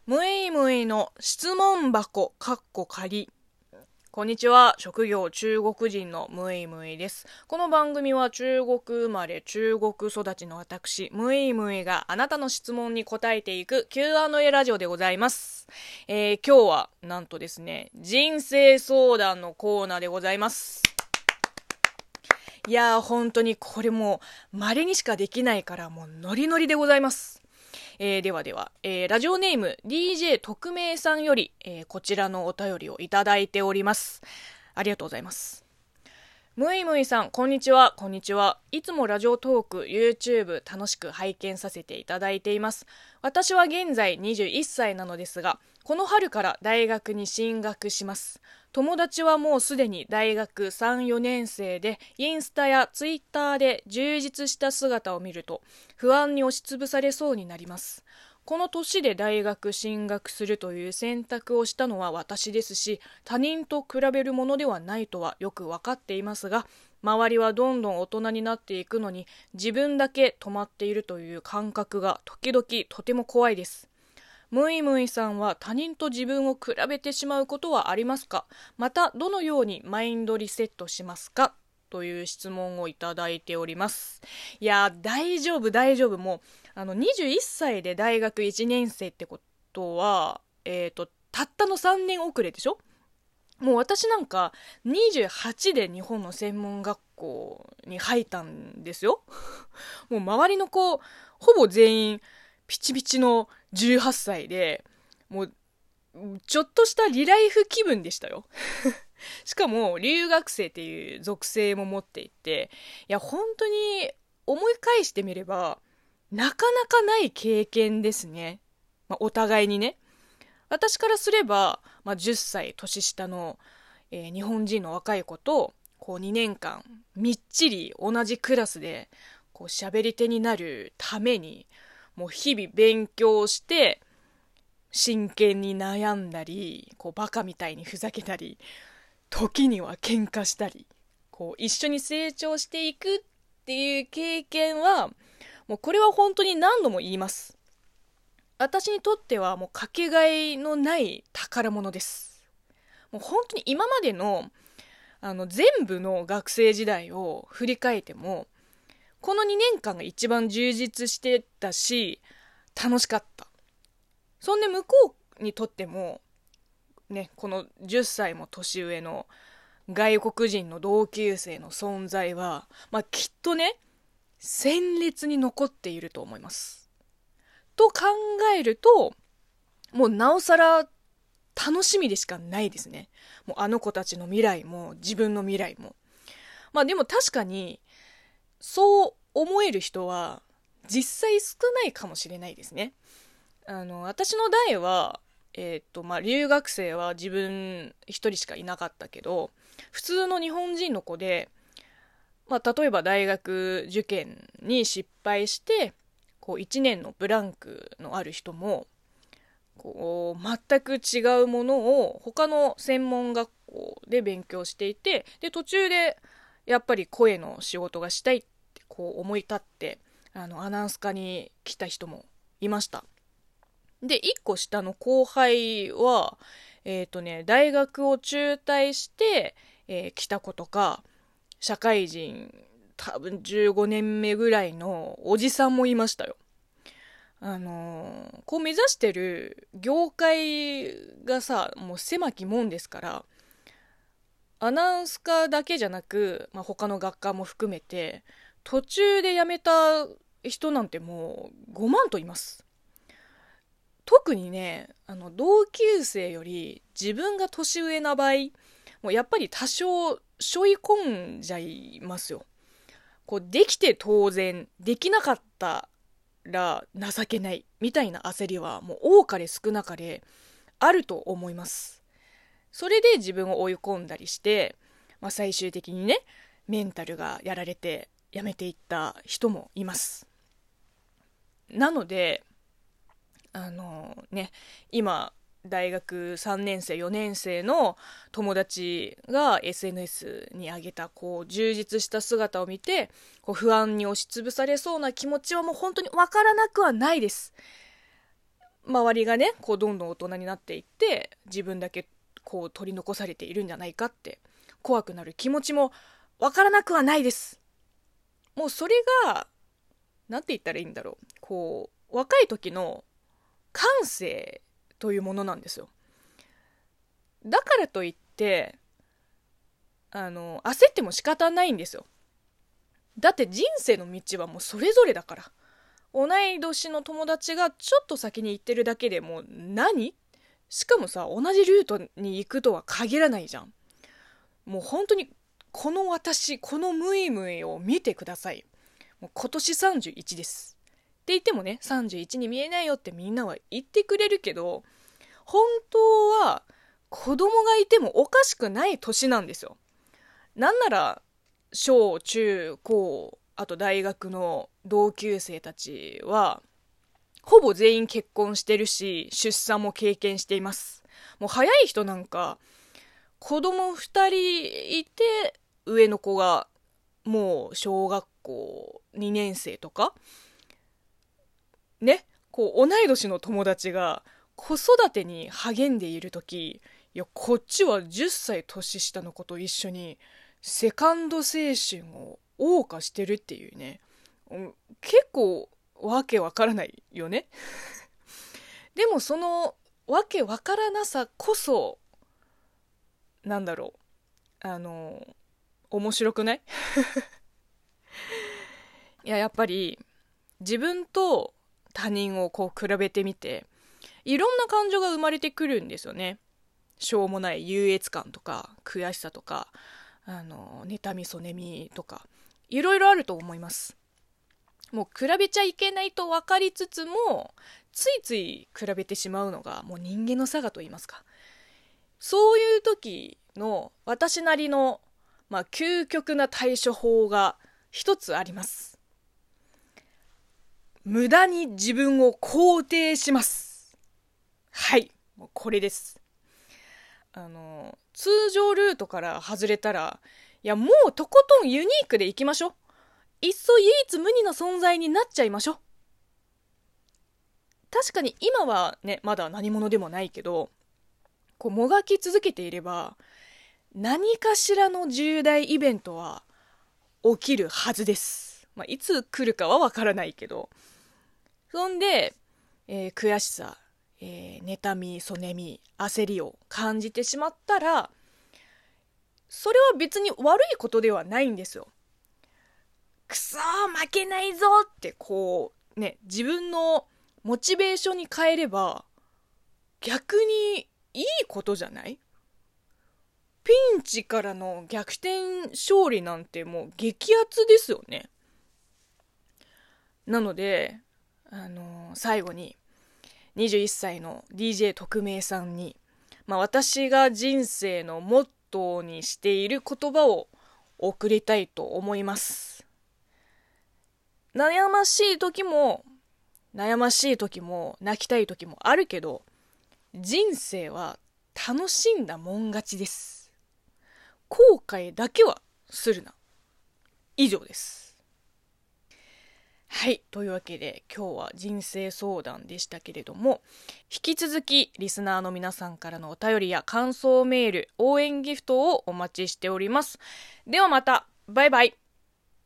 むいむいの質問箱仮。こんにちは。職業中国人のむいむいです。この番組は中国生まれ中国育ちの私むいむいがあなたの質問に答えていく Q&A ラジオでございます。今日はなんとですね、人生相談のコーナーでございます。いやー、本当にこれもう稀にしかできないからもうノリノリでございます。では、ラジオネーム DJ 特命さんより、こちらのお便りをいただいております。ありがとうございます。むいむいさん、こんにちは。こんにちは。いつもラジオトーク、YouTube 楽しく拝見させていただいています。私は現在21歳なのですが、この春から大学に進学します。友達はもうすでに大学3、4年生で、インスタやツイッターで充実した姿を見ると、不安に押しつぶされそうになります。この年で大学進学するという選択をしたのは私ですし、他人と比べるものではないとはよく分かっていますが、周りはどんどん大人になっていくのに、自分だけ止まっているという感覚が時々とても怖いです。むいむいさんは他人と自分を比べてしまうことはありますか？またどのようにマインドリセットしますか？という質問をいただいております。いや大丈夫。もう21歳で大学1年生ってことはたったの3年遅れでしょ。もう私なんか28で日本の専門学校に入ったんですよ。もう周りの子ほぼ全員ピチピチの18歳で、もうちょっとしたリライフ気分でしたよ。しかも留学生っていう属性も持っていて、いや本当に思い返してみればなかなかない経験ですね。お互いにね。私からすれば、10歳年下の、日本人の若い子とこう2年間みっちり同じクラスでこう喋り手になるためにもう日々勉強して真剣に悩んだり、こうバカみたいにふざけたり、時には喧嘩したり、こう一緒に成長していくっていう経験は、もうこれは本当に何度も言います。私にとってはもうかけがえのない宝物です。もう本当に今までの全部の学生時代を振り返っても、この2年間が一番充実してたし、楽しかった。そんで向こうにとっても、ね、この10歳も年上の外国人の同級生の存在は、きっとね、鮮烈に残っていると思います。と考えると、もうなおさら楽しみでしかないですね。もうあの子たちの未来も自分の未来も。でも確かに、そう思える人は実際少ないかもしれないですね。私の代は、留学生は自分一人しかいなかったけど、普通の日本人の子で、例えば大学受験に失敗して、こう1年のブランクのある人も、こう全く違うものを他の専門学校で勉強していて、で途中でやっぱり声の仕事がしたいってこう思い立ってアナウンス科に来た人もいました。で1個下の後輩は大学を中退して、来た子とか、社会人多分15年目ぐらいのおじさんもいましたよ。こう目指してる業界がさ、もう狭き門ですから、アナウンス科だけじゃなく、他の学科も含めて途中で辞めた人なんてもう5万といます。特にね、同級生より自分が年上な場合、もうやっぱり多少背負い込んじゃいますよ。こうできて当然、できなかったら情けないみたいな焦りはもう多かれ少なかれあると思います。それで自分を追い込んだりして、最終的にね、メンタルがやられて辞めていった人もいます。なので今大学3年生4年生の友達が SNS に上げたこう充実した姿を見て、こう不安に押しつぶされそうな気持ちはもう本当にわからなくはないです。 周りがねこうどんどん大人になっていって自分だけこう取り残されているんじゃないかって怖くなる気持ちもわからなくはないです。もうそれがなんて言ったらいいんだろう、こう若い時の感性というものなんですよ。だからといって焦っても仕方ないんですよ。だって人生の道はもうそれぞれだから。同い年の友達がちょっと先に行ってるだけでもう何？しかもさ、同じルートに行くとは限らないじゃん。もう本当にこの私、このムイムイを見てください。もう今年31です。って言ってもね、31に見えないよってみんなは言ってくれるけど、本当は子供がいてもおかしくない年なんですよ。なんなら小中高あと大学の同級生たちはほぼ全員結婚してるし出産も経験しています。もう早い人なんか子供2人いて上の子がもう小学校2年生とかね、こう同い年の友達が子育てに励んでいる時、いやこっちは10歳年下の子と一緒にセカンド青春を謳歌してるっていうね、結構わけわからないよね。でもそのわけわからなさこそなんだろう、面白くない？いややっぱり自分と他人をこう比べてみていろんな感情が生まれてくるんですよね。しょうもない優越感とか悔しさとか妬みそねみとかいろいろあると思います。もう比べちゃいけないと分かりつつもついつい比べてしまうのがもう人間の性と言いますか。そういう時の私なりの、究極な対処法が一つあります。無駄に自分を肯定します。はい、もうこれです。通常ルートから外れたら、いやもうとことんユニークでいきましょう。いっそ唯一無二の存在になっちゃいましょう。確かに今はねまだ何者でもないけど、こうもがき続けていれば何かしらの重大イベントは起きるはずです。いつ来るかはわからないけど、そんで、悔しさ、妬みそねみ焦りを感じてしまったら、それは別に悪いことではないんですよ。くそー負けないぞってこうね自分のモチベーションに変えれば逆にいいことじゃない？ピンチからの逆転勝利なんてもう激アツですよね。なので最後に21歳の DJ 特命さんに、私が人生のモットーにしている言葉を送りたいと思います。悩ましい時も泣きたい時もあるけど、人生は楽しんだもん勝ちです。後悔だけはするな。以上です。はい、というわけで今日は人生相談でしたけれども、引き続きリスナーの皆さんからのお便りや感想メール、応援ギフトをお待ちしております。ではまた、バイバイ。